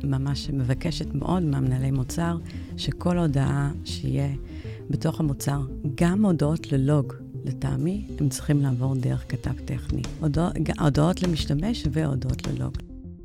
ממש מבקשת מאוד מהמנהלי מוצר, שכל הודעה שיהיה בתוך המוצר, גם הודעות ללוג, לטעמי, הם צריכים לעבור דרך כתב טכני. הודעות למשתמש והודעות ללוג.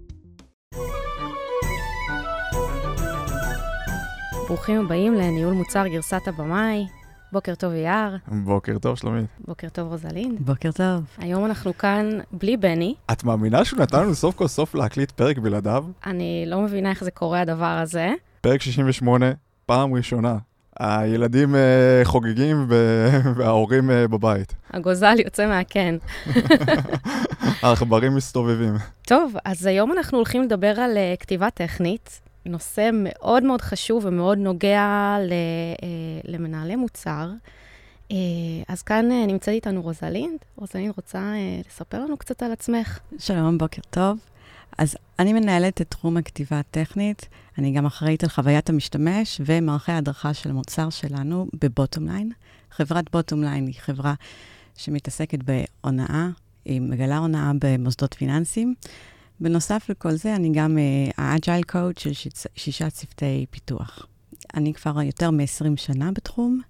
ברוכים הבאים לניהול מוצר גרסת הבמאי. בוקר טוב יער. בוקר טוב שלומית. בוקר טוב רוזלין. בוקר טוב. היום אנחנו כאן בלי בני. את מאמינה שהוא נתן לנו סוף כל סוף להקליט פרק בלעדיו? אני לא מבינה איך זה קורה הדבר הזה. פרק 68, פעם ראשונה. הילדים חוגגים וההורים בבית. הגוזל יוצא מהקן. העכברים מסתובבים. טוב, אז היום אנחנו הולכים לדבר על כתיבה טכנית. נושא מאוד מאוד חשוב ומאוד נוגע למנהלי מוצר. אז כאן נמצאת איתנו רוזלין. רוזלין רוצה לספר לנו קצת על עצמך. שלום, בוקר טוב. אז אני מנהלת את תחום הכתיבה הטכנית. אני גם אחראית על חוויית המשתמש ומערכי ההדרכה של המוצר שלנו בבוטום-ליין. חברת בוטום-ליין היא חברה שמתעסקת בהונאה, היא מגלה הונאה במוסדות פיננסיים. בנוסף לכל זה, אני גם האג'ייל קואוצ' של 6 צוותי פיתוח. אני כבר יותר מ-20 שנה בתחום,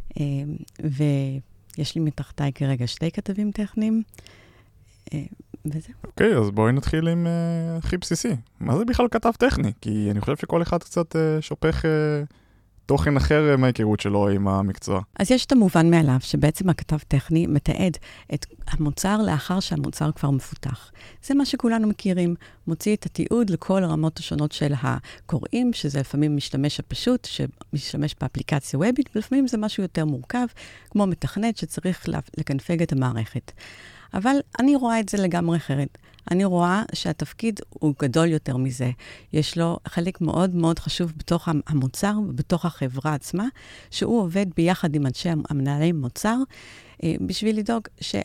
ויש לי מתחתיי כרגע 2 כתבים טכניים, וזה. אוקיי, אז בואי נתחיל עם הכי בסיסי. מה זה בכלל כתב טכני? כי אני חושב שכל אחד קצת שופך תוכן אחר מההיכרות שלו עם המקצוע. אז יש את המובן מאליו, שבעצם הכתב טכני מתעד את המוצר לאחר שהמוצר כבר מפותח. זה מה שכולנו מכירים, מוציא את התיעוד לכל הרמות השונות של הקוראים, שזה לפעמים משתמש הפשוט, שמשתמש באפליקציה וובית, ולפעמים זה משהו יותר מורכב, כמו מתכנת שצריך לקנפג את המערכת. אבל אני רואה את זה לגמרי אחרת. אני רואה שהתפקיד הוא גדול יותר מזה. יש לו חלק מאוד מאוד חשוב בתוך המוצר ובתוך החברה עצמה, שהוא עובד ביחד עם אנשי המנהלי מוצר, בשביל לדאוג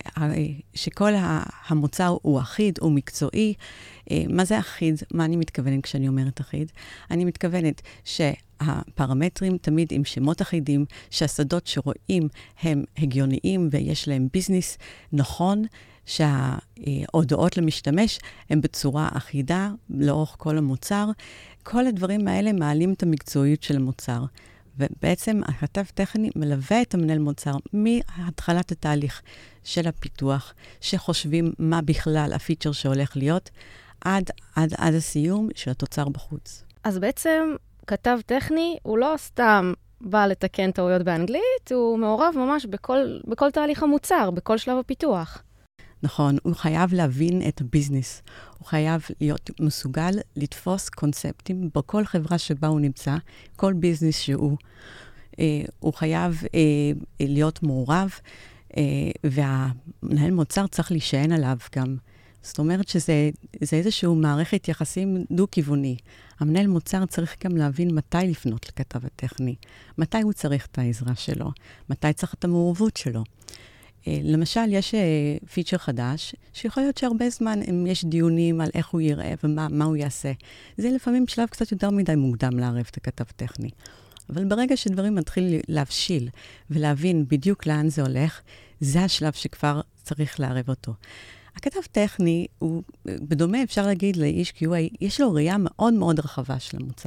שכל המוצר הוא אחיד, הוא מקצועי. מה זה אחיד? מה אני מתכוונת כשאני אומרת אחיד? אני מתכוונת שהפרמטרים תמיד עם שמות אחידים, שהשדות שרואים הם הגיוניים ויש להם ביזנס נכון, שההודעות למשתמש הם בצורה אחידה לאורך כל המוצר. כל הדברים האלה מעלים את המקצועיות של המוצר. ובעצם הכתב טכני מלווה את המנהל מוצר מהתחלת התהליך של הפיתוח, שחושבים מה בכלל הפיצ'ר שהולך להיות, עד הסיום של התוצר בחוץ. אז בעצם כתב טכני הוא לא סתם בא לתקן טעויות באנגלית, הוא מעורב ממש בכל תהליך המוצר, בכל שלב הפיתוח. נכון, הוא חייב להבין את הביזנס. הוא חייב להיות מסוגל לתפוס קונספטים בכל חברה שבה הוא נמצא, כל ביזנס שהוא. הוא חייב להיות מעורב, והמנהל מוצר צריך להישען עליו גם. זאת אומרת שזה איזשהו מערכת יחסים דו-כיווני. המנהל מוצר צריך גם להבין מתי לפנות לכתב הטכני, מתי הוא צריך את העזרה שלו, מתי צריך את המעורבות שלו. למשל, יש פיצ'ר חדש, שיכול להיות שהרבה זמן יש דיונים על איך הוא יראה ומה הוא יעשה. זה לפעמים שלב קצת יותר מדי מוקדם לערב את הכתב טכני. אבל ברגע שדברים מתחילים להבשיל ולהבין בדיוק לאן זה הולך, זה השלב שכבר צריך לערב אותו. הכתב טכני הוא, בדומה אפשר להגיד לאיש QA, יש לו ראייה מאוד מאוד רחבה של המוצר.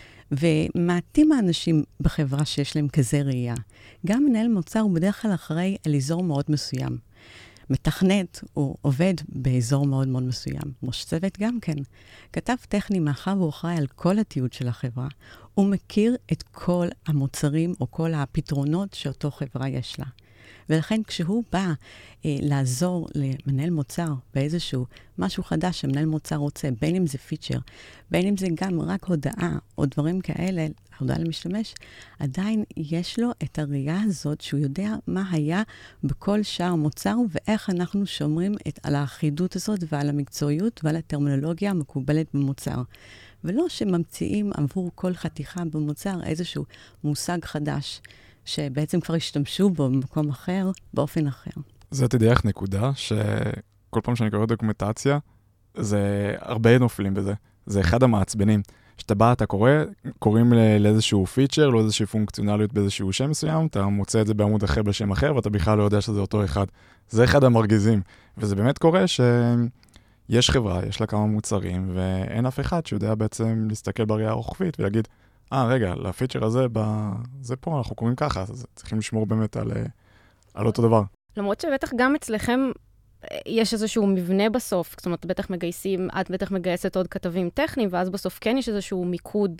ומעטים האנשים בחברה שיש להם כזה ראייה. גם מנהל מוצר הוא בדרך כלל אחראי על אזור מאוד מסוים. מתכנת הוא עובד באזור מאוד מאוד מסוים. ראש צוות גם כן. כתב טכני מאחר והוא אחראי על כל התיעוד של החברה, הוא מכיר את כל המוצרים או כל הפתרונות שאותו חברה יש לה. ולכן כשהוא בא לעזור למנהל מוצר באיזשהו משהו חדש שמנהל מוצר רוצה, בין אם זה פיצ'ר, בין אם זה גם רק הודעה או דברים כאלה, הודעה למשתמש, עדיין יש לו את הראייה הזאת שהוא יודע מה היה בכל שאר מוצר ואיך אנחנו שומרים על האחידות הזאת ועל המקצועיות ועל הטרמינולוגיה המקובלת במוצר. ולא שממציאים עבור כל חתיכה במוצר איזשהו מושג חדש, שבעצם כבר השתמשו בו במקום אחר, באופן אחר. זה תדייך נקודה, שכל פעם שאני קורא דוקומנטציה, זה הרבה נופלים בזה. זה אחד המעצבנים. שאתה בא, אתה קוראים לאיזשהו פיצ'ר, לא איזושהי פונקציונליות באיזשהו שם מסוים, אתה מוצא את זה בעמוד אחר בשם אחר, ואתה בכלל לא יודע שזה אותו אחד. זה אחד המרגיזים. וזה באמת קורה יש חברה, יש לה כמה מוצרים, ואין אף אחד שיודע בעצם להסתכל בראייה הרוחבית ולהגיד, רגע, לפיצ'ר הזה, זה פה, אנחנו קוראים ככה, אז צריכים לשמור באמת על אותו דבר. למרות שבטח גם אצלכם יש איזשהו מבנה בסוף, זאת אומרת, את בטח מגייסת עוד כתבים טכניים, ואז בסוף כן יש איזשהו מיקוד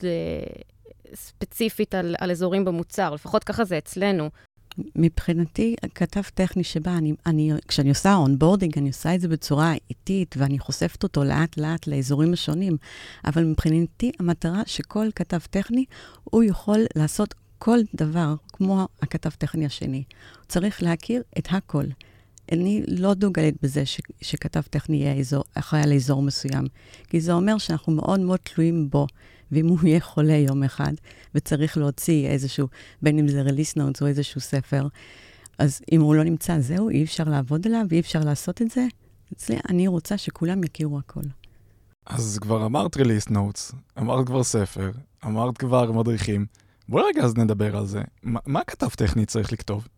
ספציפית על אזורים במוצר, לפחות ככה זה אצלנו. מבחינתי, כתב טכני שבה, כשאני עושה אונבורדינג, אני עושה את זה בצורה איטית, ואני חושפת אותו לאט לאט לאזורים השונים, אבל מבחינתי, המטרה שכל כתב טכני, הוא יכול לעשות כל דבר, כמו הכתב טכני השני. הוא צריך להכיר את הכל. אני לא דוגלת בזה שכתב טכני יהיה אחראי על אזור מסוים, כי זה אומר שאנחנו מאוד מאוד תלויים בו, ואם הוא יהיה חולה יום אחד, וצריך להוציא איזשהו, בין אם זה release notes או איזשהו ספר, אז אם הוא לא נמצא, זהו, אי אפשר לעבוד עליו, ואי אפשר לעשות את זה. אצלי, אני רוצה שכולם יכירו הכל. אז כבר אמרת release notes, אמרת כבר ספר, אמרת כבר מדריכים. בואי רגע אז נדבר על זה. מה כתב טכני צריך לכתוב?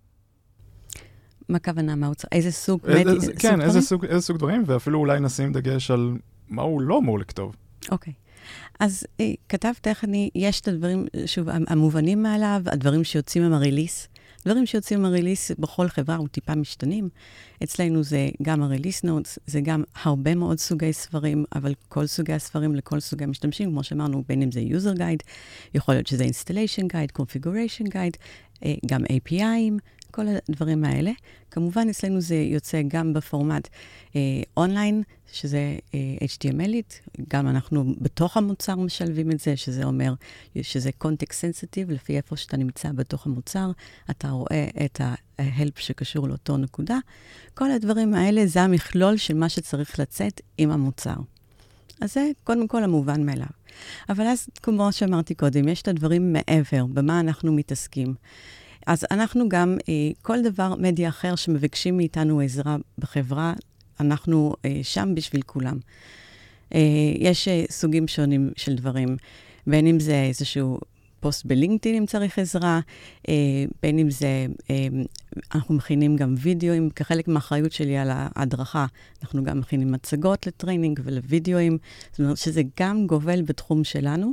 מה הכוונה, מה הוא צריך? איזה סוג? כן, איזה סוג דברים, ואפילו אולי נשים דגש על מה הוא לא אמור לכתוב. אוקיי. אז כתב טכני, יש את הדברים, שוב, המובנים מעליו, הדברים שיוצאים עם הריליס. דברים שיוצאים עם הריליס בכל חברה הוא טיפה משתנים. אצלנו זה גם הריליס נוטס, זה גם הרבה מאוד סוגי ספרים, אבל כל סוגי הספרים לכל סוגי משתמשים, כמו שאמרנו, בין אם זה user guide, יכול להיות שזה installation guide, configuration guide, גם API'ים, כל הדברים האלה. כמובן, אצלנו זה יוצא גם בפורמט אונליין, שזה HTMLית, גם אנחנו בתוך המוצר משלבים את זה, שזה אומר שזה context sensitive, לפי איפה שאתה נמצא בתוך המוצר, אתה רואה את ה-help שקשור לאותו נקודה. כל הדברים האלה זה המכלול של מה שצריך לצאת עם המוצר. אז זה קודם כל המובן מאליו. אבל אז, כמו שאמרתי קודם, יש את הדברים מעבר, במה אנחנו מתעסקים. אז אנחנו גם, כל דבר מדיה אחר שמבקשים מאיתנו עזרה בחברה, אנחנו שם בשביל כולם. יש סוגים שונים של דברים, בין אם זה איזשהו פוסט בלינקדאין אם צריך עזרה, בין אם זה, אנחנו מכינים גם וידאוים, כחלק מהאחריות שלי על ההדרכה, אנחנו גם מכינים מצגות לטריינינג ולוידאוים, זאת אומרת שזה גם גובל בתחום שלנו.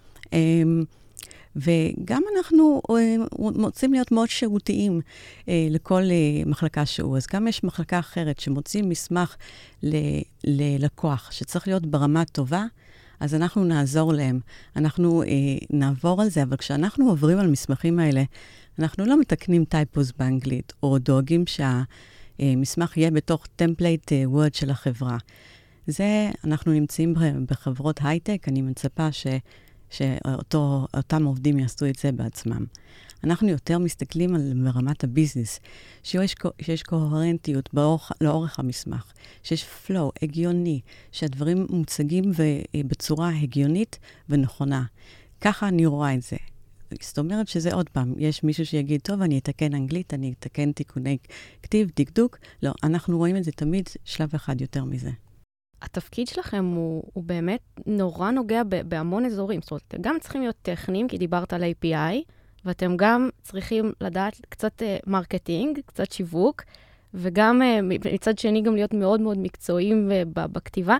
וגם אנחנו מוצאים להיות מאוד שירותיים לכל מחלקה שהוא. אז גם יש מחלקה אחרת שמוצאים מסמך ללקוח שצריך להיות ברמה טובה, אז אנחנו נעזור להם. אנחנו נעבור על זה, אבל כשאנחנו עוברים על מסמכים האלה, אנחנו לא מתקנים טייפוס באנגלית, או דואגים שהמסמך יהיה בתוך טמפלייט וורד של החברה. זה, אנחנו נמצאים בחברות הייטק, אני מצפה שאותם עובדים יעשו את זה בעצמם. אנחנו יותר מסתכלים על מרמת הביזנס, שיש קוהרנטיות לאורך המסמך, שיש פלואו הגיוני, שהדברים מוצגים בצורה הגיונית ונכונה. ככה אני רואה את זה. זאת אומרת שזה עוד פעם, יש מישהו שיגיד, טוב, אני אתקן אנגלית, אני אתקן תיקוני כתיב, דקדוק. לא, אנחנו רואים את זה תמיד שלב אחד יותר מזה. התפקיד שלכם הוא באמת נורא נוגע בהמון אזורים. זאת אומרת, אתם גם צריכים להיות טכניים, כי דיברת על API, ואתם גם צריכים לדעת קצת מרקטינג, קצת שיווק, וגם מצד שני גם להיות מאוד מאוד מקצועיים בכתיבה.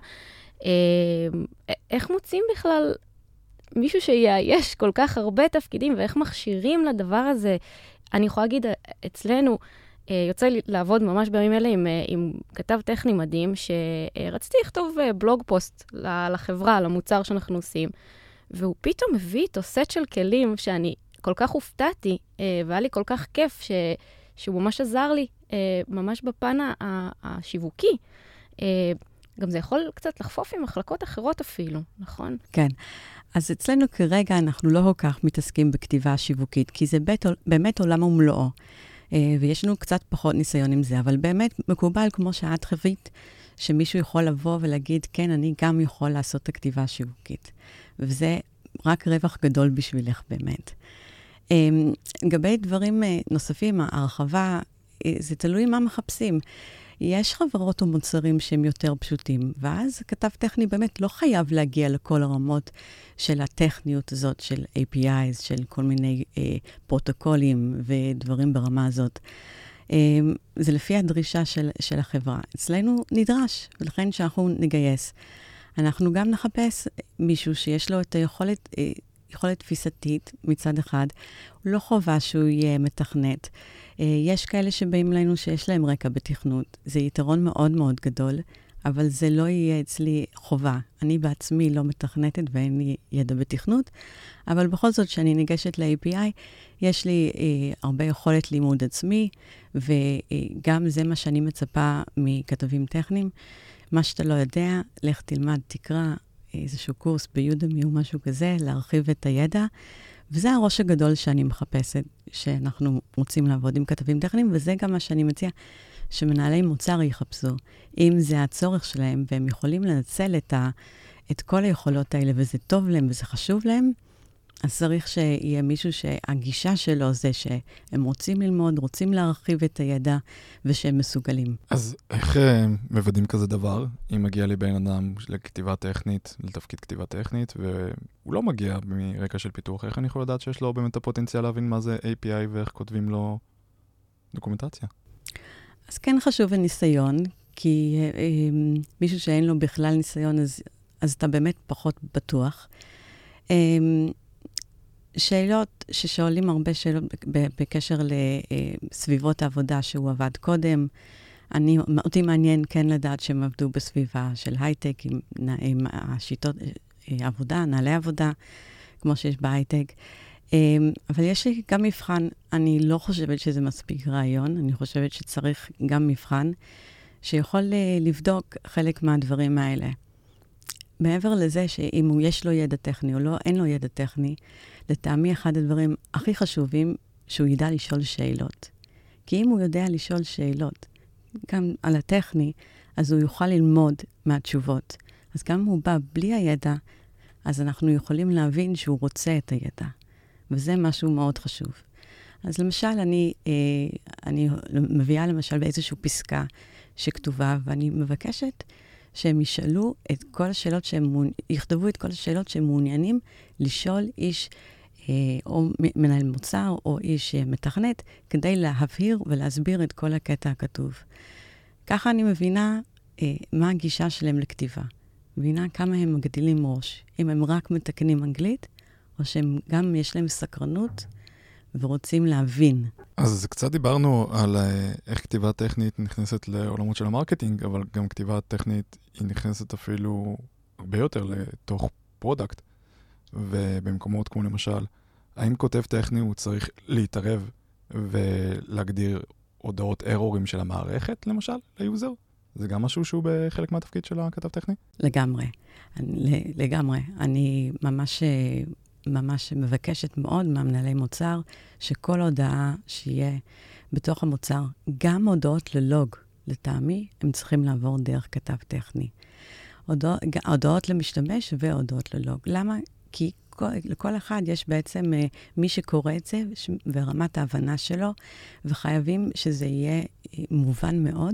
איך מוצאים בכלל מישהו שיאייש כל כך הרבה תפקידים, ואיך מכשירים לדבר הזה? אני יכולה להגיד, אצלנו, יוצא לי לעבוד ממש בימים אלה עם כתב טכני מדהים, שרציתי לכתוב בלוג פוסט לחברה, למוצר שאנחנו עושים, והוא פתאום מביא איתו סט של כלים שאני כל כך הופתעתי, והיה לי כל כך כיף שהוא ממש עזר לי, ממש בפן השיווקי. גם זה יכול קצת לחפוף עם מחלקות אחרות אפילו, נכון? כן. אז אצלנו כרגע אנחנו לא כל כך מתעסקים בכתיבה שיווקית, כי זה באמת עולם ומלואו. ויש לנו קצת פחות ניסיון עם זה, אבל באמת מקובל, כמו שאת חווית, שמישהו יכול לבוא ולהגיד, כן, אני גם יכול לעשות את הכתיבה השיווקית. וזה רק רווח גדול בשבילך באמת. לגבי דברים נוספים, ההרחבה, זה תלוי מה מחפשים. יש חברות או מוצרים שהם יותר פשוטים, ואז כתב טכני באמת לא חייב להגיע לכל הרמות של הטכניות הזאת, של APIs, של כל מיני פרוטוקולים ודברים ברמה הזאת. זה לפי הדרישה של החברה. אצלנו נדרש, ולכן שאנחנו נגייס. אנחנו גם נחפש מישהו שיש לו את יכולת תפיסתית מצד אחד, לא חובה שהוא יהיה מתכנת. יש כאלה שבאים אלינו שיש להם רקע בתכנות. זה יתרון מאוד מאוד גדול, אבל זה לא יהיה אצלי חובה. אני בעצמי לא מתכנתת ואין לי ידע בתכנות, אבל בכל זאת, כשאני ניגשת ל-API, יש לי הרבה יכולת לימוד עצמי, וגם זה מה שאני מצפה מכתבים טכניים. מה שאתה לא יודע, לך תלמד, תקרא איזשהו קורס ביודמי או משהו כזה, להרחיב את הידע, וזה הראש הגדול שאני מחפשת, שאנחנו רוצים לעבוד עם כתבים טכניים, וזה גם מה שאני מציע, שמנהלי מוצר יחפשו. אם זה הצורך שלהם, והם יכולים לנצל את כל היכולות האלה, וזה טוב להם וזה חשוב להם, אז צריך שיהיה מישהו שהגישה שלו זה שהם רוצים ללמוד, רוצים להרחיב את הידע, ושהם מסוגלים. אז איך מוודאים כזה דבר, אם מגיע לי בן אדם לכתיבה טכנית, לתפקיד כתיבה טכנית, והוא לא מגיע מרקע של פיתוח, איך אני יכול לדעת שיש לו באמת הפוטנציאל להבין מה זה API, ואיך כותבים לו דוקומנטציה? אז כן חשוב הניסיון, כי מישהו שאין לו בכלל ניסיון, אז אתה באמת פחות בטוח. שאלות ששואלים הרבה שאלות בקשר לסביבות העבודה שהוא עבד קודם. אותי מעניין כן לדעת שהם עבדו בסביבה של הייטק, עם השיטות עבודה, נעלי עבודה, כמו שיש בהייטק. אבל יש לי גם מבחן, אני לא חושבת שזה מספיק רעיון, אני חושבת שצריך גם מבחן שיכול לבדוק חלק מהדברים האלה. מעבר לזה שאם יש לו ידע טכני או לא, אין לו ידע טכני, לטעמי אחד הדברים הכי חשובים שהוא ידע לשאול שאלות. כי אם הוא יודע לשאול שאלות, גם על הטכני, אז הוא יוכל ללמוד מהתשובות. אז גם אם הוא בא בלי הידע, אז אנחנו יכולים להבין שהוא רוצה את הידע. וזה משהו מאוד חשוב. אז למשל, אני מביאה למשל באיזושהי פסקה שכתובה, ואני מבקשת שהם ישאלו את כל השאלות יכתבו את כל השאלות שהם מעוניינים לשאול איש או מנהל מוצר או איש מתכנת, כדי להבהיר ולהסביר את כל הקטע הכתוב. ככה אני מבינה מה הגישה שלהם לכתיבה. מבינה כמה הם מגדילים ראש. אם הם רק מתקנים אנגלית, או שהם גם יש להם סקרנות ורוצים להבין. אז קצת דיברנו על איך כתיבה טכנית נכנסת לעולמות של המרקטינג, אבל גם כתיבה טכנית היא נכנסת אפילו הרבה יותר לתוך פרודקט, ובמקומות כמו למשל, האם כותב טכני הוא צריך להתערב ולהגדיר הודעות ארורים של המערכת, למשל, ליוזר? זה גם משהו שהוא בחלק מהתפקיד של הכתב טכני? לגמרי. לגמרי. אני ממש מבקשת מאוד מהמנהלי מוצר, שכל הודעה שיהיה בתוך המוצר, גם הודעות ללוג, לטעמי, הם צריכים לעבור דרך כתב טכני. הודעות למשתמש והודעות ללוג. למה? כי לכל אחד יש בעצם מי שקורא את זה, ורמת ההבנה שלו, וחייבים שזה יהיה מובן מאוד,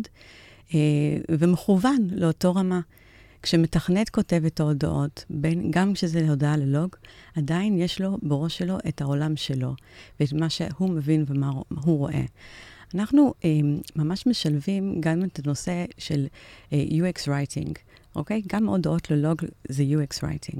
ומכוון לאותו רמה. כשמתכנת כותב את ההודעות, גם כשזה הודעה ללוג, עדיין יש לו בראש שלו את העולם שלו, ואת מה שהוא מבין ומה הוא רואה. אנחנו ממש משלבים גם את הנושא של UX writing, אוקיי? גם הודעות ללוג זה UX writing,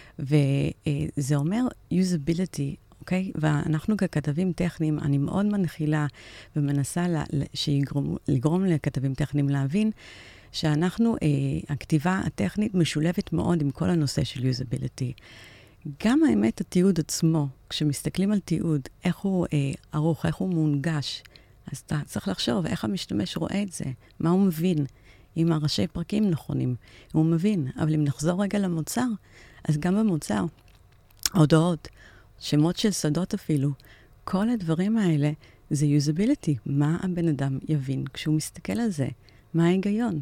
וזה אומר usability, אוקיי? ואנחנו ככתבים טכניים, אני מאוד מנחילה ומנסה לגרום לכתבים טכניים להבין, שאנחנו, הכתיבה הטכנית משולבת מאוד עם כל הנושא של usability. גם האמת, התיעוד עצמו, כשמסתכלים על תיעוד, איך הוא ערוך, איך הוא מונגש, אז אתה צריך לחשוב איך המשתמש רואה את זה, מה הוא מבין, אם הראשי פרקים נכונים, הוא מבין. אבל אם נחזור רגע למוצר, אז גם במוצר, ההודעות, שמות של שדות אפילו, כל הדברים האלה זה usability, מה הבן אדם יבין כשהוא מסתכל על זה, מה ההיגיון.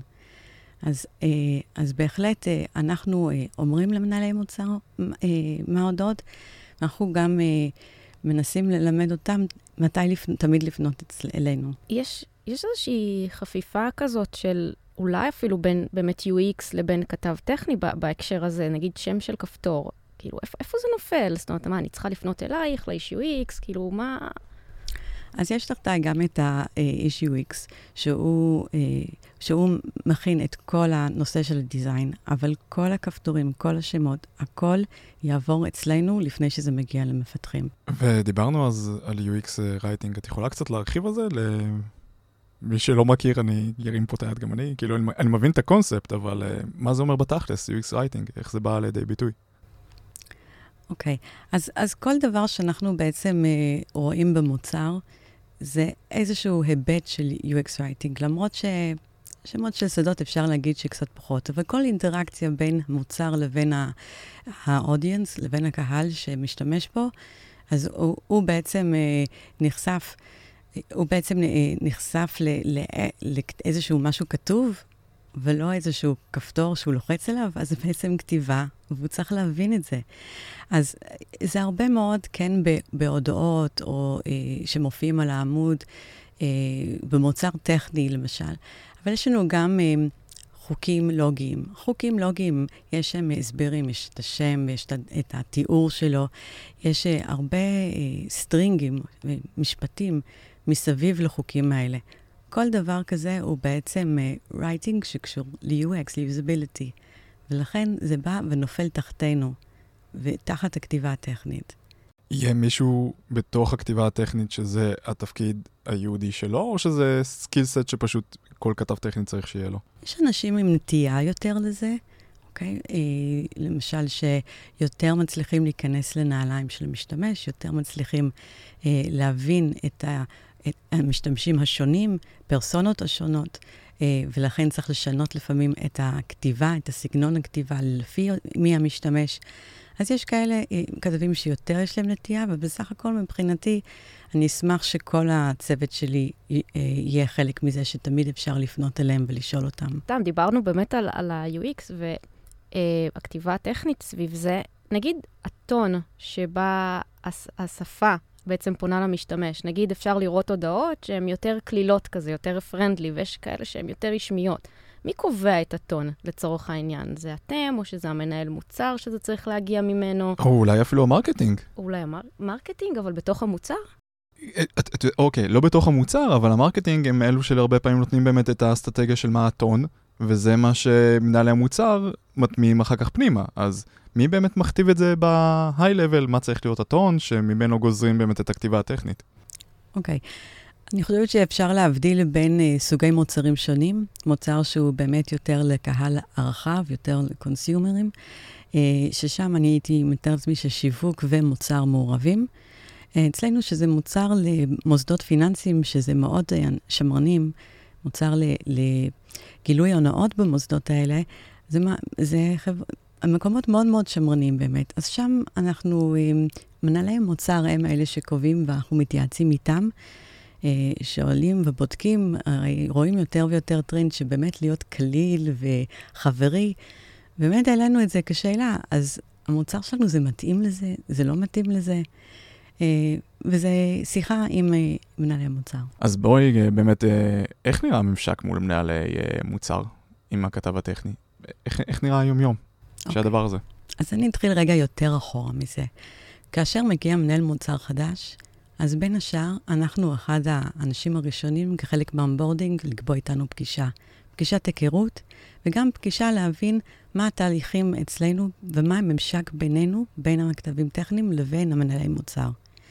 אז בהחלט אנחנו אומרים למנהלי מוצר מה ההודעות, אנחנו גם מנסים ללמד אותם מתי תמיד לפנות אלינו. יש איזושהי חפיפה כזאת של אולי אפילו בין באמת UX לבין כתב טכני בהקשר הזה, נגיד שם של כפתור, כאילו איפה זה נופל? זאת אומרת, מה, אני צריכה לפנות אלייך, לאיש UX, כאילו מה? אז יש תחתיי גם את ה-Ish UX, שהוא מכין את כל הנושא של הדיזיין, אבל כל הכפתורים, כל השמות, הכל יעבור אצלנו לפני שזה מגיע למפתחים. ודיברנו אז על UX Writing, את יכולה קצת להרחיב על זה? מי שלא מכיר, אני ירים פה את היד גם אני, כאילו אני מבין את הקונספט, אבל מה זה אומר בתכלס, UX Writing, איך זה בא לידי ביטוי? אוקיי, אז כל דבר שאנחנו בעצם רואים במוצר, זה איזשהו היבט של UX Writing, למרות שמות של שדות אפשר להגיד שקצת פחות, אבל כל אינטראקציה בין המוצר לבין האודיאנס, לבין הקהל שמשתמש בו, אז הוא בעצם נחשף לאיזשהו משהו כתוב, ולא איזשהו כפתור שהוא לוחץ עליו, אז זה בעצם כתיבה, והוא צריך להבין את זה. אז זה הרבה מאוד, כן, בהודעות, או שמופיעים על העמוד, במוצר טכני, למשל. אבל יש לנו גם חוקים לוגיים. חוקים לוגיים, יש שם הסברים, יש את השם, יש את התיאור שלו, יש הרבה סטרינגים, משפטים, מסביב לחוקים האלה. כל דבר כזה הוא בעצם writing שקשור ל-UX, ל-usability. ולכן זה בא ונופל תחתנו, ותחת הכתיבה הטכנית. יהיה מישהו בתוך הכתיבה הטכנית שזה התפקיד היהודי שלו, או שזה סקילסט שפשוט כל כתב טכני צריך שיהיה לו? יש אנשים עם נטייה יותר לזה, אוקיי? למשל שיותר מצליחים להיכנס לנעליים של המשתמש, יותר מצליחים להבין את המשתמשים השונים, פרסונות השונות, ולכן צריך לשנות לפעמים את הכתיבה, את הסגנון הכתיבה, לפי מי המשתמש. אז יש כאלה כתבים שיותר יש להם נטייה, ובסך הכל מבחינתי, אני אשמח שכל הצוות שלי יהיה חלק מזה, שתמיד אפשר לפנות אליהם ולשאול אותם. דיברנו באמת על ה-UX והכתיבה הטכנית סביב זה. נגיד, הטון שבה השפה בעצם פונה למשתמש. נגיד, אפשר לראות הודעות שהן יותר כלילות כזה, יותר פרנדלי, ויש כאלה שהן יותר רשמיות. מי קובע את הטון לצורך העניין? זה אתם, או שזה המנהל מוצר שזה צריך להגיע ממנו? או אולי אפילו המרקטינג. אולי המרקטינג, אבל בתוך המוצר? אוקיי, לא בתוך המוצר, אבל המרקטינג הם אלו שלהרבה פעמים נותנים באמת את האסטרטגיה של מה הטון, וזה מה שמנהלי המוצר מטמיעים אחר כך פנימה. אז מי באמת מכתיב את זה ב-high level? מה צריך להיות הטון שממנו גוזרים באמת את הכתיבה הטכנית? אוקיי. אני חושבת שאפשר להבדיל בין סוגי מוצרים שונים. מוצר שהוא באמת יותר לקהל הרחב, יותר לקונסיומרים, ששם אני הייתי מתאר לעצמי ששיווק ומוצר מעורבים. אצלנו שזה מוצר למוסדות פיננסיים, שזה מאוד שמרנים, מוצר לגילוי הונאות במוסדות האלה, זה המקומות מאוד מאוד שמרנים באמת. אז שם אנחנו, מנהלי מוצר הם האלה שקובעים ואנחנו מתייעצים איתם, שעולים ובודקים, רואים יותר ויותר טרנד שבאמת להיות כליל וחברי. באמת העלינו את זה כשאלה, אז המוצר שלנו זה מתאים לזה, זה לא מתאים לזה, וזה שיחה עם מנהלי המוצר. אז בואי באמת, איך נראה הממשק מול מנהלי מוצר עם הכתב הטכני? איך נראה היום-יום שהדבר הזה? אז אני אתחיל רגע יותר אחורה מזה. כאשר מגיע מנהל מוצר חדש, אז בין השאר, אנחנו אחד האנשים הראשונים כחלק מהאונבורדינג לקבוע איתנו פגישה. פגישת היכרות, וגם פגישה להבין מה התהליכים אצלנו ומה הממשק בינינו, בין הכתבים טכניים לבין המנהלי מוצר.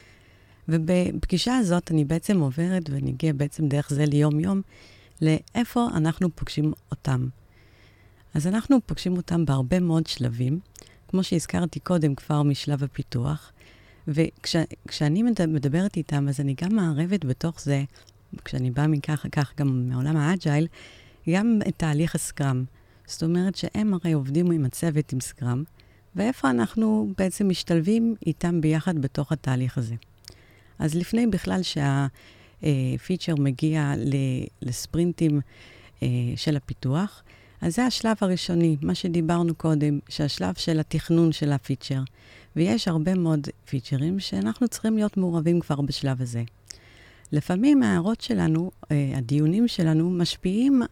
ובפגישה הזאת אני בעצם עוברת, ואני אגיע בעצם דרך זה ליום-יום, לאיפה אנחנו פוגשים אותם. אז אנחנו פוגשים אותם בהרבה מאוד שלבים, כמו שהזכרתי קודם כבר משלב הפיתוח, וכשאני מדברת איתם, אז אני גם מערבת בתוך זה, כשאני באה מכך גם מעולם האג'ייל, גם את תהליך הסקרם. זאת אומרת שהם הרי עובדים עם הצוות עם סקרם, ואיפה אנחנו בעצם משתלבים איתם ביחד בתוך התהליך הזה. אז לפני בכלל שהפיצ'ר מגיע לספרינטים של הפיתוח, אז זה השלב הראשוני, מה שדיברנו קודם, שהשלב של התכנון של הפיצ'ר. ויש הרבה מאוד פיצ'רים שאנחנו צריכים להיות מעורבים כבר בשלב הזה. לפעמים ההערות שלנו, הדיונים שלנו, משפיעים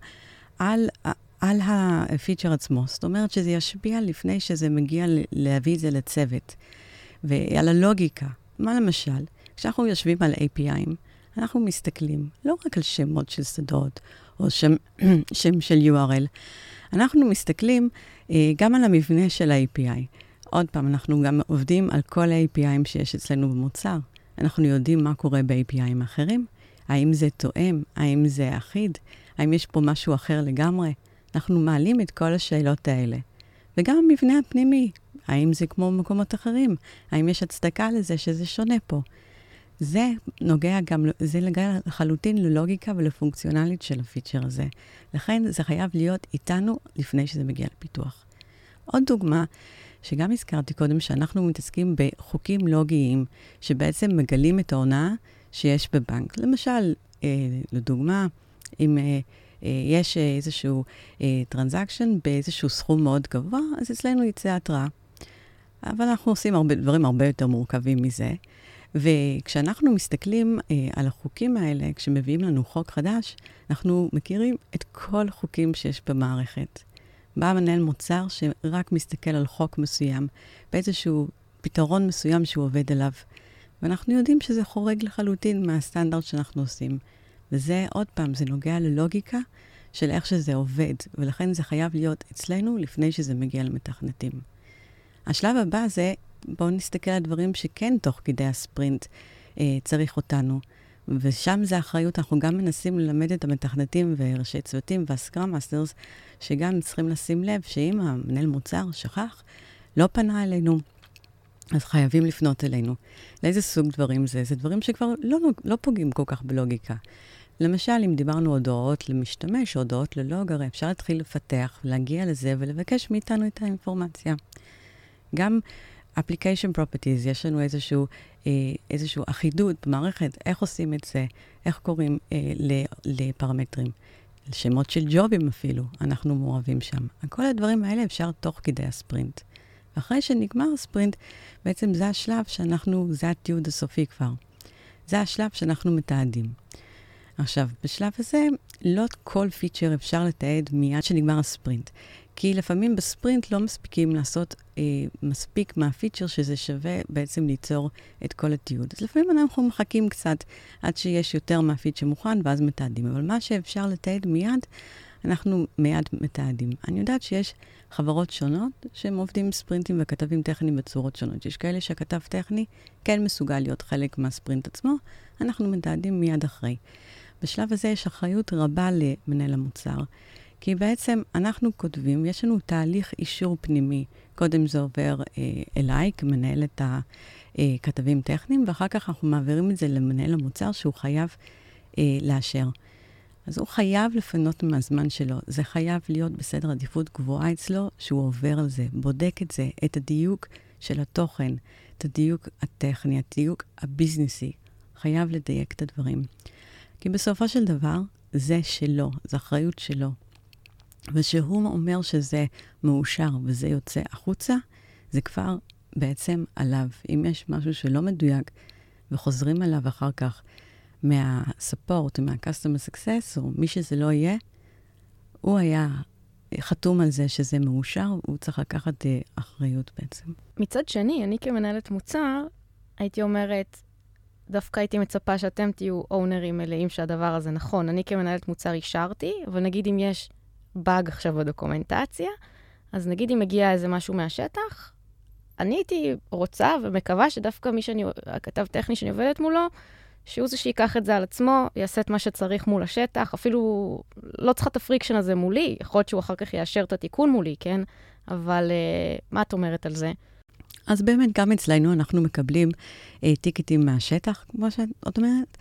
על הפיצ'ר עצמו. זאת אומרת שזה ישפיע לפני שזה מגיע להביא את זה לצוות. ועל הלוגיקה. מה למשל? כשאנחנו יושבים על API'ים, אנחנו מסתכלים לא רק על שמות של שדות, או שם של URL, אנחנו מסתכלים גם על המבנה של ה-API. עוד פעם, אנחנו גם עובדים על כל ה-API'ים שיש אצלנו במוצר. אנחנו יודעים מה קורה ב-API'ים האחרים, האם זה תואם, האם זה אחיד, האם יש פה משהו אחר לגמרי. אנחנו מעלים את כל השאלות האלה. וגם המבנה הפנימי, האם זה כמו במקומות אחרים, האם יש הצדקה לזה שזה שונה פה. זה נוגע לחלוטין ללוגיקה ולפונקציונלית של הפיצ'ר הזה. לכן זה חייב להיות איתנו לפני שזה מגיע לפיתוח. עוד דוגמה, שגם הזכרתי קודם, שאנחנו מתעסקים בחוקים לוגיים, שבעצם מגלים את ההונאה שיש בבנק. למשל, לדוגמה, אם יש איזשהו טרנזקשן באיזשהו סכום מאוד גבוה, אז אצלנו יצא התראה. אבל אנחנו עושים דברים הרבה יותר מורכבים מזה. וכשאנחנו מסתכלים על החוקים האלה, כשמביאים לנו חוק חדש, אנחנו מכירים את כל החוקים שיש במערכת. בא מנהל מוצר שרק מסתכל על חוק מסוים, באיזשהו פתרון מסוים שהוא עובד עליו. ואנחנו יודעים שזה חורג לחלוטין מהסטנדרט שאנחנו עושים. וזה, עוד פעם, זה נוגע ללוגיקה של איך שזה עובד, ולכן זה חייב להיות אצלנו לפני שזה מגיע למתכנתים. השלב הבא זה, בואו נסתכל על דברים שכן תוך כדי הספרינט צריך אותנו. ושם זה האחריות, אנחנו גם מנסים ללמד את המתכנתים וראשי צוותים והסקראם מאסטרס, שגם צריכים לשים לב שאם המנהל מוצר שכח, לא פנה אלינו, אז חייבים לפנות אלינו. לאיזה סוג דברים זה? זה דברים שכבר לא פוגעים כל כך בלוגיקה. למשל, אם דיברנו הודעות למשתמש, הודעות ללוג, הרי אפשר להתחיל לפתח, להגיע לזה ולבקש מאיתנו את האינפורמציה. גם application properties, יש לנו איזשהו אחידות במערכת, איך עושים את זה, איך קוראים לפרמטרים, שמות של ג'ובים אפילו, אנחנו מעורבים שם. כל הדברים האלה אפשר תוך כדי הספרינט. ואחרי שנגמר הספרינט, בעצם זה השלב זה התיעוד הסופי כבר. זה השלב שאנחנו מתעדים. עכשיו, בשלב הזה, לא כל פיצ'ר אפשר לתעד מיד שנגמר הספרינט. כי לפעמים בספרינט לא מספיקים לעשות מספיק מהפיצ'ר שזה שווה בעצם ליצור את כל התיעוד. אז לפעמים אנחנו מחכים קצת עד שיש יותר מהפיצ'ר מוכן ואז מתעדים. אבל מה שאפשר לתעד מיד, אנחנו מיד מתעדים. אני יודעת שיש חברות שונות שהם עובדים ספרינטים וכתבים טכניים בצורות שונות. יש כאלה שהכתב טכני כן מסוגל להיות חלק מהספרינט עצמו, אנחנו מתעדים מיד אחרי. בשלב הזה יש אחריות רבה למנהל המוצר. כי בעצם אנחנו כותבים, יש לנו תהליך אישור פנימי. קודם זה עובר אליי כמנהל את הכתבים טכניים, ואחר כך אנחנו מעבירים את זה למנהל המוצר שהוא חייב לאשר. אז הוא חייב לפנות מהזמן שלו. זה חייב להיות בסדר עדיפות גבוהה אצלו, שהוא עובר על זה, בודק את זה, את הדיוק של התוכן, את הדיוק הטכני, הדיוק הביזנסי. חייב לדייק את הדברים. כי בסופו של דבר, זה שלו, זו אחריות שלו. ושהוא אומר שזה מאושר וזה יוצא החוצה, זה כבר בעצם עליו. אם יש משהו שלא מדויק וחוזרים עליו אחר כך מהספורט, מה-customer success, או מי שזה לא יהיה, הוא היה חתום על זה שזה מאושר, הוא צריך לקחת אחריות בעצם. מצד שני, אני כמנהלת מוצר, הייתי אומרת, דווקא הייתי מצפה שאתם תהיו אונרים מלאים שהדבר הזה נכון. אני כמנהלת מוצר אישרתי, אבל נגיד אם יש באג עכשיו בדוקומנטציה, אז נגיד אם מגיע איזה משהו מהשטח, אני הייתי רוצה ומקווה שדווקא הכתב טכני שאני עובדת מולו, שהוא זה שיקח את זה על עצמו, יעשה את מה שצריך מול השטח, אפילו לא צריכה את הפריקשן הזה מולי, יכול להיות שהוא אחר כך יאשר את התיקון מולי, כן? אבל מה את אומרת על זה? אז באמת גם אצלנו אנחנו מקבלים טיקטים מהשטח, כמו שאת אומרת,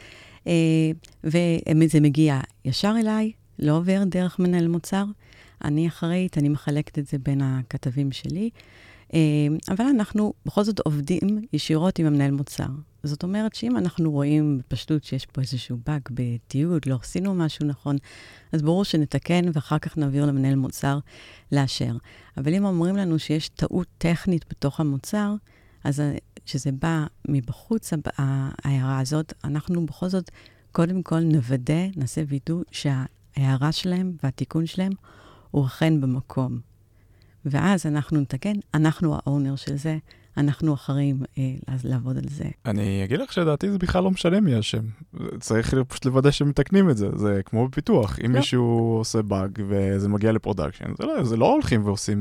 וזה מגיע ישר אליי, לא עובר דרך מנהל מוצר. אני אחראית, אני מחלקת את זה בין הכתבים שלי, אבל אנחנו בכל זאת עובדים ישירות עם המנהל מוצר. זאת אומרת שאם אנחנו רואים בפשטות שיש פה איזשהו באג בתיעוד, לא עשינו משהו נכון, אז ברור שנתקן ואחר כך נעביר למנהל מוצר לאשר. אבל אם אומרים לנו שיש טעות טכנית בתוך המוצר, אז שזה בא מבחוץ, ההערה הזאת, אנחנו בכל זאת קודם כל נוודא, נעשה וידוא שההערה שלהם והתיקון שלהם הוא אכן במקום. ואז אנחנו נתקן, אנחנו האונר של זה, אנחנו אחרים לעבוד על זה. אני אגיד לך שלדעתי זה בכלל לא משנה מי השם. צריך פשוט לוודא שמתקנים את זה. זה כמו בפיתוח. אם מישהו עושה באג וזה מגיע לפרודקשן, זה לא הולכים ועושים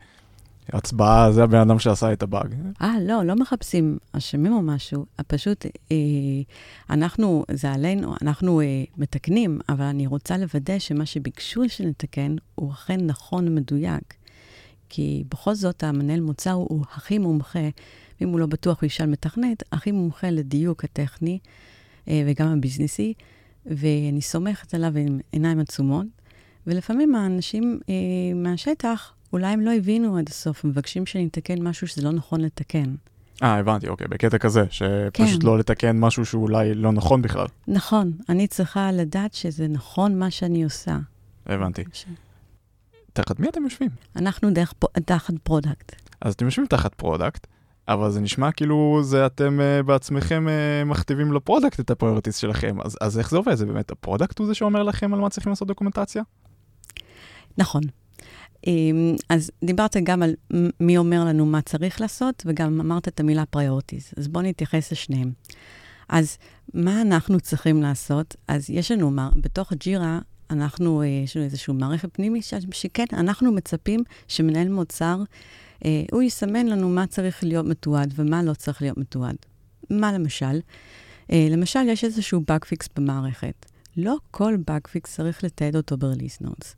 הצבעה, זה הבן אדם שעשה את הבאג. לא מחפשים אשמים או משהו. פשוט אנחנו, זה עלינו, אנחנו מתקנים, אבל אני רוצה לוודא שמה שביקשו שנתקן הוא אכן נכון ומדויק. כי בכל זאת המנהל מוצר הוא הכי מומחה, ואם הוא לא בטוח הוא ישאל מתכנת, הכי מומחה לדיוק הטכני וגם הביזנסי, ואני סומכת עליו עם עיניים עצומות, ולפעמים האנשים מהשטח, אולי הם לא הבינו עד הסוף, מבקשים שנתקן משהו שזה לא נכון לתקן. הבנתי, אוקיי, בקטע כזה, שפשוט לא לתקן משהו שאולי לא נכון בכלל. נכון, אני צריכה לדעת שזה נכון מה שאני עושה. הבנתי. תחת מי אתם יושבים? אנחנו תחת פרודקט. אז אתם יושבים תחת פרודקט, אבל זה נשמע כאילו זה אתם בעצמכם מכתיבים לפרודקט את הפריוריטיז שלכם. אז איך זה עובד? זה באמת הפרודקט הוא זה שאומר לכם על מה צריכים לעשות דוקומנטציה? נכון. אז דיברת גם על מי אומר לנו מה צריך לעשות, וגם אמרת את המילה priorities. אז בואו נתייחס לשניהם. אז מה אנחנו צריכים לעשות? אז יש לנו, בתוך הג'ירה, יש לנו איזשהו מערכת פנימית, שכן, אנחנו מצפים שמנהל מוצר, הוא יסמן לנו מה צריך להיות מתועד, ומה לא צריך להיות מתועד. מה למשל? למשל, יש איזשהו bug fix במערכת. לא כל bug fix צריך לתעד אותו ב-release notes.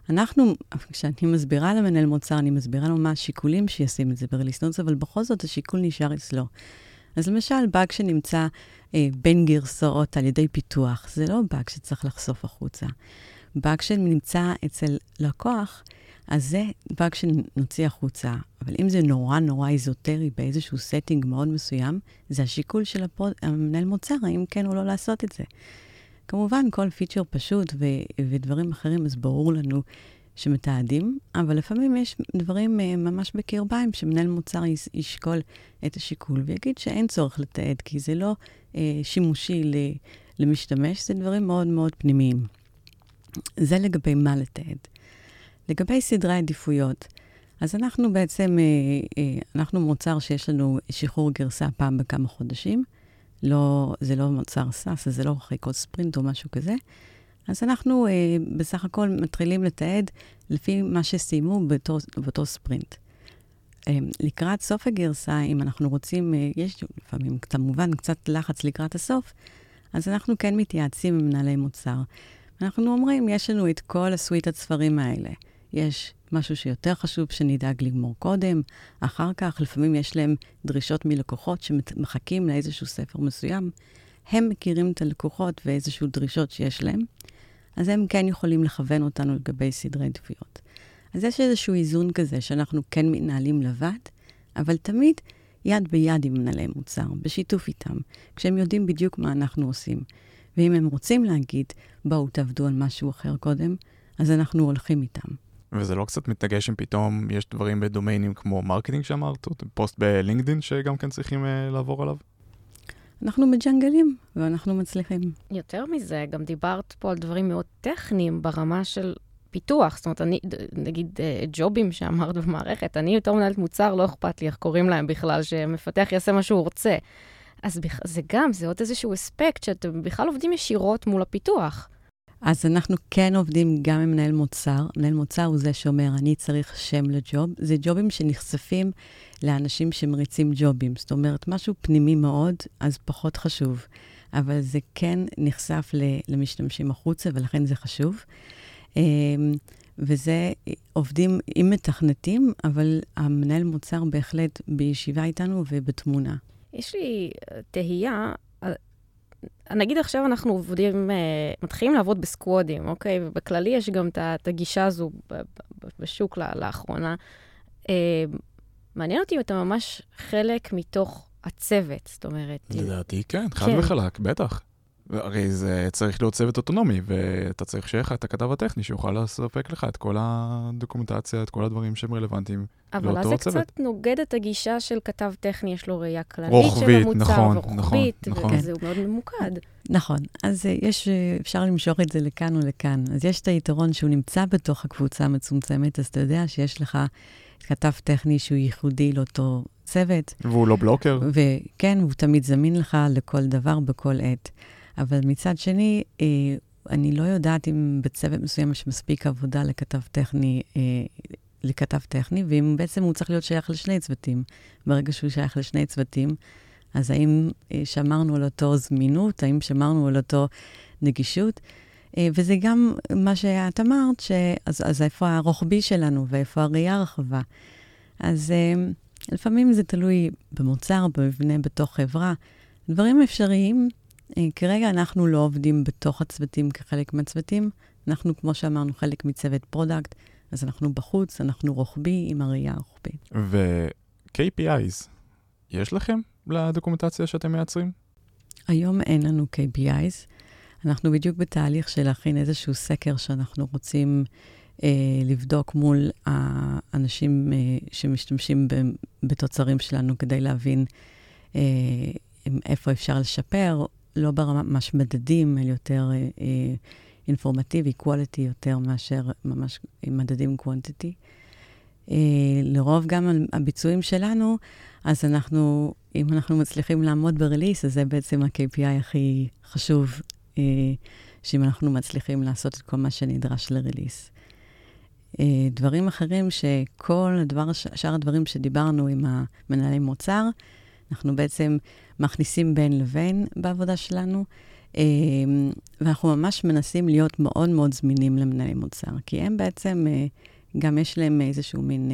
כשאני מסבירה למנהל מוצר, אני מסבירה לו מה השיקולים שישים את זה ב-release notes, אבל בכל זאת השיקול נשאר אצלו. אז למשל, באג שנמצא בין גרסאות על ידי פיתוח, זה לא באג שצריך לחשוף החוצה. באג שנמצא אצל לקוח, אז זה באג שנוציא החוצה. אבל אם זה נורא איזוטרי באיזשהו סטינג מאוד מסוים, זה השיקול של המנהל מוצר, האם כן או לא לעשות את זה. כמובן, כל פיצ'ר פשוט ודברים אחרים, אז ברור לנו שמתעדים, אבל לפעמים יש דברים ממש בקרביים, שמנהל מוצר ישקול את השיקול, ויגיד שאין צורך לתעד, כי זה לא שימושי למשתמש, זה דברים מאוד מאוד פנימיים. זה לגבי מה לתעד. לגבי סדרי עדיפויות, אז אנחנו בעצם, אנחנו מוצר שיש לנו שחרור גרסה פעם בכמה חודשים, זה לא מוצר סאס, זה לא אחרי קוד ספרינט או משהו כזה, אז אנחנו בסך הכל מתחילים לתעד לפי מה שסיימו באותו ספרינט. לקראת סוף הגרסה, אם אנחנו רוצים, יש לפעמים כמובן קצת לחץ לקראת הסוף, אז אנחנו כן מתייעצים עם מנהלי מוצר. אנחנו אומרים, יש לנו את כל הסוויט הספרים האלה. יש משהו שיותר חשוב שנדאג לגמור קודם, אחר כך לפעמים יש להם דרישות מלקוחות שמחכים לאיזשהו ספר מסוים. הם מכירים את הלקוחות ואיזשהו דרישות שיש להם, אז הם כן יכולים לכוון אותנו לגבי סדרי עדיפויות. אז יש איזשהו איזון כזה שאנחנו כן מתנהלים לבד, אבל תמיד יד ביד עם מנהלי מוצר, בשיתוף איתם, כשהם יודעים בדיוק מה אנחנו עושים. ואם הם רוצים להגיד, בואו תעבדו על משהו אחר קודם, אז אנחנו הולכים איתם. וזה לא קצת מתנגש אם פתאום יש דברים בדומיינים כמו מרקטינג שאמרת, או פוסט בלינקדין שגם כן צריכים לעבור עליו? אנחנו מג'נגלים, ואנחנו מצליחים. יותר מזה, גם דיברת פה על דברים מאוד טכניים ברמה של פיתוח. זאת אומרת, נגיד ג'ובים שאמרת במערכת, אני יותר מנהלת מוצר, לא אכפת לי איך קוראים להם בכלל, שמפתח יעשה מה שהוא רוצה. אז זה עוד איזשהו אספקט שאתם בכלל עובדים ישירות מול הפיתוח. אז אנחנו כן עובדים גם עם מנהל מוצר. מנהל מוצר הוא זה שאומר, אני צריך שם לג'וב. זה ג'ובים שנחשפים לאנשים שמריצים ג'ובים. זאת אומרת, משהו פנימי מאוד, אז פחות חשוב. אבל זה כן נחשף למשתמשים החוצה, ולכן זה חשוב. וזה עובדים עם מתכנתים, אבל המנהל מוצר בהחלט בישיבה איתנו ובתמונה. יש לי תהייה, נגיד עכשיו אנחנו עובדים, מתחילים לעבוד בסקוואדים, אוקיי? ובכללי יש גם את הגישה הזו בשוק לאחרונה. מעניין אותי אם אתה ממש חלק מתוך הצוות, זאת אומרת. לדעתי כן, חד וחלק, בטח. הרי זה צריך להיות צוות אוטונומי, ואתה צריך שיהיה לך את הכתב הטכני שיוכל לספק לך את כל הדוקומנטציה, את כל הדברים שהם רלוונטיים לאותו הצוות. אבל אז זה קצת נוגד את הגישה של כתב טכני, יש לו ראייה כללית של המוצר, ורוחבית, וזה הוא מאוד ממוקד. נכון, אז אפשר למשוך את זה לכאן או לכאן. אז יש את היתרון שהוא נמצא בתוך הקבוצה המצומצמת, אז אתה יודע שיש לך את כתב טכני שהוא ייחודי לאותו צוות. והוא לא בלוקר? וכן, הוא תמיד זמין לך לכל דבר בכל עת. אבל מצד שני, אני לא יודעת אם בצוות מסוים יש מספיק עבודה לכתב טכני, ואם בעצם הוא צריך להיות שייך לשני צוותים. ברגע שהוא שייך לשני צוותים, אז האם שמרנו על אותו זמינות, האם שמרנו על אותו נגישות, וזה גם מה שאת אמרת, אז איפה הרוחבי שלנו, ואיפה הראייה הרחבה. אז לפעמים זה תלוי במוצר, במבנה, בתוך חברה. דברים אפשריים, כרגע אנחנו לא עובדים בתוך הצוותים כחלק מהצוותים, אנחנו, כמו שאמרנו, חלק מצוות פרודקט, אז אנחנו בחוץ, אנחנו רוחבי עם הראייה הרוחבית. ו-KPIs, יש לכם לדוקומנטציה שאתם מייצרים? היום אין לנו KPIs. אנחנו בדיוק בתהליך של להכין איזשהו סקר שאנחנו רוצים לבדוק מול האנשים שמשתמשים בתוצרים שלנו כדי להבין איפה אפשר לשפר, לא ברמה ממש מדדים, אלא יותר אינפורמטיבי, quality, יותר מאשר ממש מדדים quantity. לרוב גם על הביצועים שלנו, אז אם אנחנו מצליחים לעמוד ברליס, אז זה בעצם ה-KPI הכי חשוב, שאם אנחנו מצליחים לעשות את כל מה שנדרש לרליס. דברים אחרים שאר הדברים שדיברנו עם המנהלי מוצר, אנחנו בעצם מכניסים בין לבין בעבודה שלנו, ואנחנו ממש מנסים להיות מאוד מאוד זמינים למנהלי מוצר, כי הם בעצם, גם יש להם איזשהו מין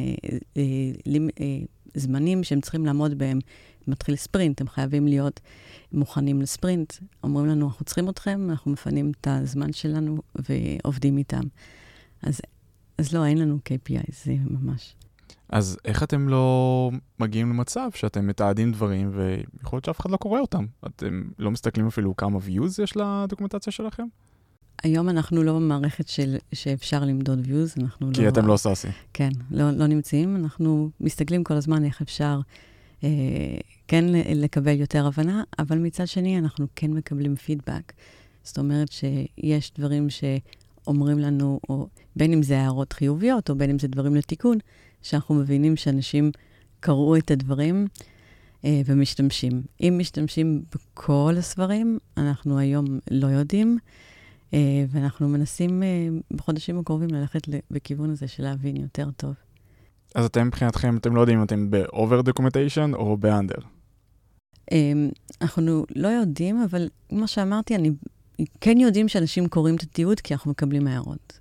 זמנים שהם צריכים לעמוד בהם. מתחיל ספרינט, הם חייבים להיות מוכנים לספרינט. אומרים לנו, אנחנו צריכים אתכם, אנחנו מפנים את הזמן שלנו ועובדים איתם. אז לא, אין לנו KPI, זה ממש. אז איך אתם לא מגיעים למצב שאתם מתעדים דברים, ויכול להיות שאף אחד לא קורא אותם? אתם לא מסתכלים אפילו כמה views יש לדוקומנטציה שלכם? היום אנחנו לא במערכת שאפשר למדוד views, כי אתם לא סאסי. כן, לא נמצאים. אנחנו מסתכלים כל הזמן איך אפשר כן לקבל יותר הבנה, אבל מצד שני אנחנו כן מקבלים פידבק. זאת אומרת שיש דברים שאומרים לנו, או בין אם זה הערות חיוביות, או בין אם זה דברים לתיקון, שאנחנו מבינים שאנשים קראו את הדברים ומשתמשים. אם משתמשים בכל הספרים, אנחנו היום לא יודעים, ואנחנו מנסים בחודשים הקרובים ללכת בכיוון הזה של להבין יותר טוב. אז אתם מבחינתכם, אתם לא יודעים אם אתם ב-over documentation או ב-under? אנחנו לא יודעים, אבל כמו שאמרתי, כן יודעים שאנשים קוראים את התיעוד, כי אנחנו מקבלים הערות.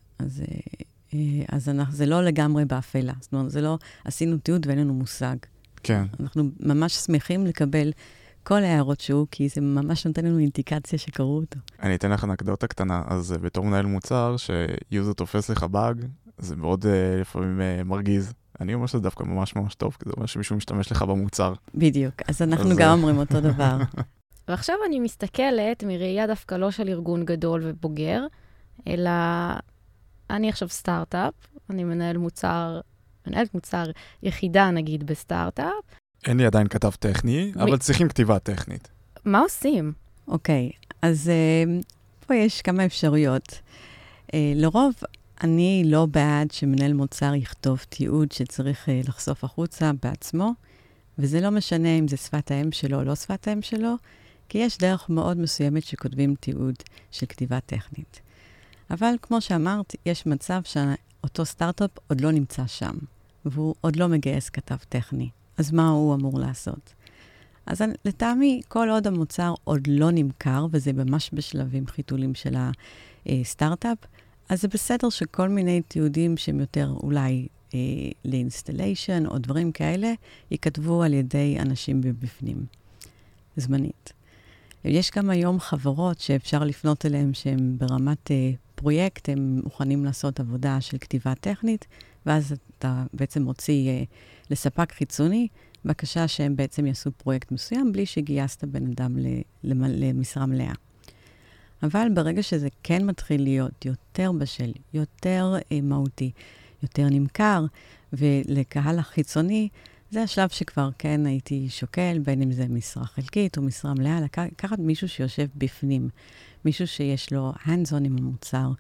אז זה לא לגמרי באפלה. זאת אומרת, זה לא עשינו תיעוד ואין לנו מושג. כן. אנחנו ממש שמחים לקבל כל ההערות שהוא, כי זה ממש נותן לנו אינדיקציה שקראו אותו. אני אתן לך אנקדוטה קטנה. אז בתור מנהל מוצר, שיוזר תופס לך באג, זה מאוד לפעמים מרגיז. אני אומר שזה דווקא ממש ממש טוב, כי זה אומר שמישהו משתמש לך במוצר. בדיוק, אז אנחנו גם אומרים אותו דבר. ועכשיו אני מסתכלת מראייה דווקא לא של ארגון גדול ובוגר, אלא אני עכשיו סטארט-אפ, אני מנהלת מוצר יחידה נגיד בסטארט-אפ. אין לי עדיין כתב טכני, אבל צריכים כתיבה טכנית. מה עושים? אוקיי, אז פה יש כמה אפשרויות. לרוב, אני לא בעד שמנהל מוצר יכתוב תיעוד שצריך לחשוף החוצה בעצמו, וזה לא משנה אם זה שפת האם שלו או לא שפת האם שלו, כי יש דרך מאוד מסוימת שכותבים תיעוד של כתיבה טכנית. אבל כמו שאמרת, יש מצב שאותו סטארט-אפ עוד לא נמצא שם, והוא עוד לא מגייס כתב טכני. אז מה הוא אמור לעשות? אז לטעמי, כל עוד המוצר עוד לא נמכר, וזה ממש בשלבים חיתולים של הסטארט-אפ, אז זה בסדר שכל מיני תיעודים שהם יותר אולי לאינסטליישן או דברים כאלה, ייכתבו על ידי אנשים בפנים, זמנית. יש גם היום חברות שאפשר לפנות אליהם שהם ברמת פרויקט, הם מוכנים לעשות עבודה של כתיבה טכנית, ואז אתה בעצם מוציא לספק חיצוני, בקשה שהם בעצם יעשו פרויקט מסוים, בלי שגייסת בן אדם למשרה מלאה. אבל ברגע שזה כן מתחיל להיות יותר בשל, יותר מהותי, יותר נמכר, ולקהל החיצוני, זה השלב שכבר כן הייתי שוקל, בין אם זה משרה חלקית או משרה מלאה, לקחת מישהו שיושב בפנים, מישהו שיש לו hands-on עם המוצר,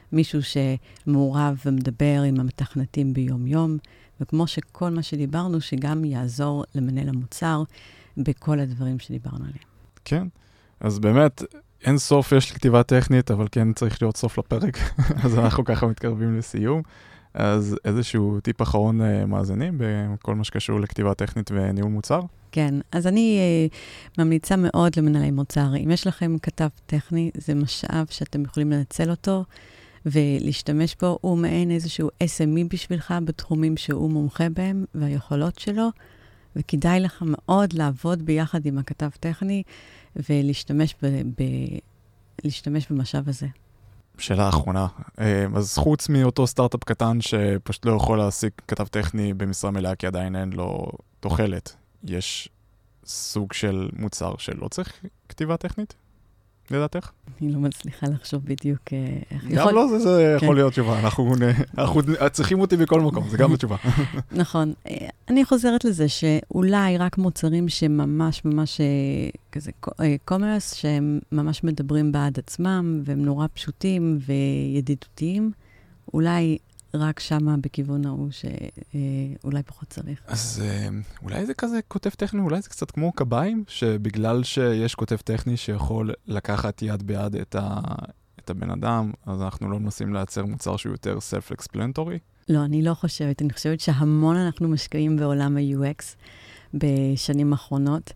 מישהו שמעורב ומדבר עם המתכנתים ביום-יום, וכמו שכל מה שדיברנו, שגם יעזור למנהל המוצר בכל הדברים שדיברנו עליהם. כן, אז באמת, אין סוף יש לכתיבה טכנית, אבל כן צריך להיות סוף לפרק, אז אנחנו ככה מתקרבים לסיום. אז איזשהו טיפ אחרון מאזינים בכל מה שקשור לכתיבה טכנית וניהול מוצר? כן, אז אני ממליצה מאוד למנהלי מוצר. אם יש לכם כתב טכני, זה משאב שאתם יכולים לנצל אותו ולהשתמש בו. הוא מעין איזשהו SME בשבילך בתחומים שהוא מומחה בהם והיכולות שלו, וכדאי לך מאוד לעבוד ביחד עם הכתב טכני ולהשתמש להשתמש במשאב הזה. שאלה אחרונה, אז חוץ מאותו סטארט-אפ קטן שפשוט לא יכול להשיג כתב טכני במשרה מלאה כי עדיין אין לו תוחלת, יש סוג של מוצר שלא צריך כתיבה טכנית? לדעתך? אני לא מצליחה לחשוב בדיוק איך... גם לא, זה יכול להיות תשובה. אנחנו צריכים אותי בכל מקום, זה גם התשובה. נכון. אני חוזרת לזה שאולי רק מוצרים שממש ממש כזה קומרס, שהם ממש מדברים בעד עצמם, והם נורא פשוטים וידידותיים, אולי רק שמה בכיוון ההוא שאולי פחות צריך. אז אולי זה כזה כותב טכני, אולי זה קצת כמו קביים, שבגלל שיש כותב טכני שיכול לקחת יד ביד את הבן אדם, אז אנחנו לא מנסים לייצר מוצר שהוא יותר self-explanatory? לא, אני לא חושבת. אני חושבת שהמון אנחנו משקיעים בעולם ה-UX בשנים האחרונות,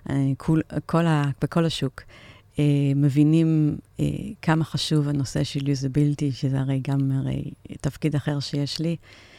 בכל השוק. מבינים כמה חשוב הנושא של usability, שזה הרי גם תפקיד אחר שיש לי,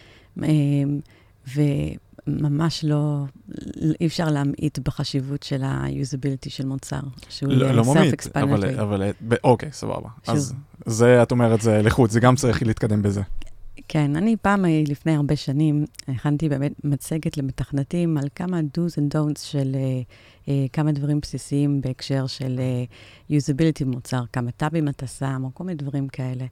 וממש אי אפשר להמעיט בחשיבות של ה-usability של מוצר, שהוא לא ממעיט, self-explanatory. אבל אוקיי, סבבה. אז זה, את אומרת, זה לחוץ, זה גם צריך להתקדם בזה. כן, אני פעם, לפני הרבה שנים, הכנתי באמת מצגת למתכנתים על כמה do's and don'ts של כמה דברים בסיסיים בהקשר של usability מוצר, כמה טאבים אתה שם, או כל מיני דברים כאלה.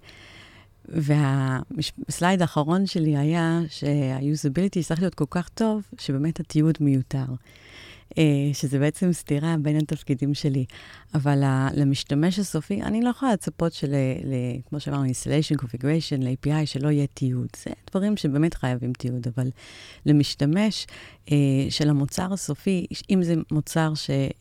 והסלייד האחרון שלי היה שה-usability צריך להיות כל כך טוב, שבאמת התיעוד מיותר. שזה בעצם סתירה בין התפקידים שלי. אבל למשתמש הסופי, אני לא יכולה לצפות כמו שאמרנו, installation, configuration, ל-API, שלא יהיה תיעוד. זה דברים שבאמת חייבים תיעוד, אבל למשתמש של המוצר הסופי, אם זה מוצר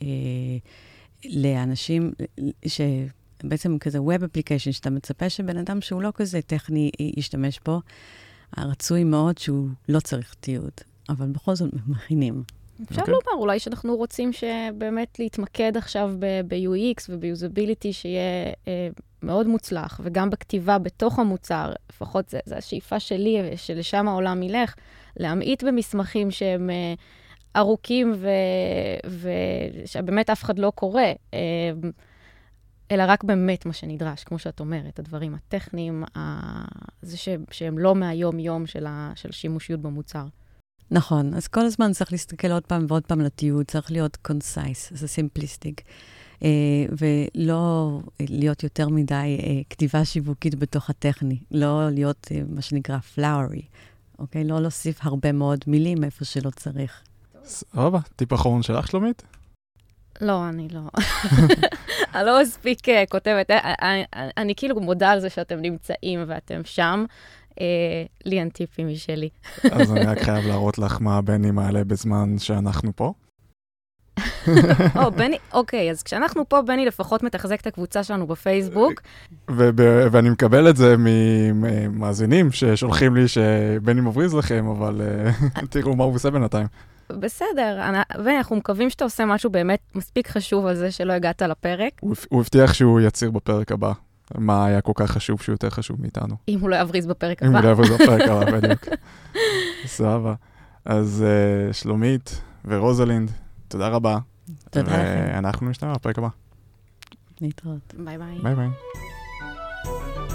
לאנשים, שבעצם כזה web application, שאתה מצפה שבן אדם שהוא לא כזה טכני ישתמש בו, הרצוי מאוד שהוא לא צריך תיעוד, אבל בכל זאת מכינים. אפשר לומר, אולי שאנחנו רוצים שבאמת להתמקד עכשיו ב-UX וב-usability שיהיה מאוד מוצלח, וגם בכתיבה בתוך המוצר, לפחות זה השאיפה שלי, שלשם העולם ילך, להמעיט במסמכים שהם ארוכים ושבאמת אף אחד לא קורא, אלא רק באמת מה שנדרש, כמו שאת אומרת, הדברים הטכניים, זה שהם לא מהיום-יום של שימושיות במוצר. נכון, אז כל הזמן צריך להסתכל עוד פעם ועוד פעם לתיעוד, צריך להיות concise, זה סימפליסטיק, ולא להיות יותר מדי כתיבה שיווקית בתוך הטכני, לא להיות מה שנקרא flowery, אוקיי? לא להוסיף הרבה מאוד מילים איפה שלא צריך. סבבה, טיפ אחרון שלך, שלומית? לא, אני לא. אני לא מספיק כותבת, אני כאילו מודה על זה שאתם נמצאים ואתם שם, לי אין טיפים משלי. אז אני רק חייב להראות לך מה בני מעלה בזמן שאנחנו פה. אוקיי, אז כשאנחנו פה, בני לפחות מתחזק את הקבוצה שלנו בפייסבוק. ואני מקבל את זה ממאזינים ששולחים לי שבני מבריז לכם, אבל תראו מה הוא עושה בינתיים. בסדר, ואנחנו מקווים שאתה עושה משהו באמת מספיק חשוב על זה שלא הגעת לפרק. הוא הבטיח שהוא יציר בפרק הבא. מה היה כל כך חשוב שהוא יותר חשוב מאיתנו. אם הוא לא יבריז בפרק הבא. אם הוא לא יבריז בפרק הבא, בדיוק. סבבה. אז שלומית ורוזלינד, תודה רבה. תודה לכם. ואנחנו נשתמע בפרק הבא. להתראות. ביי ביי. ביי ביי.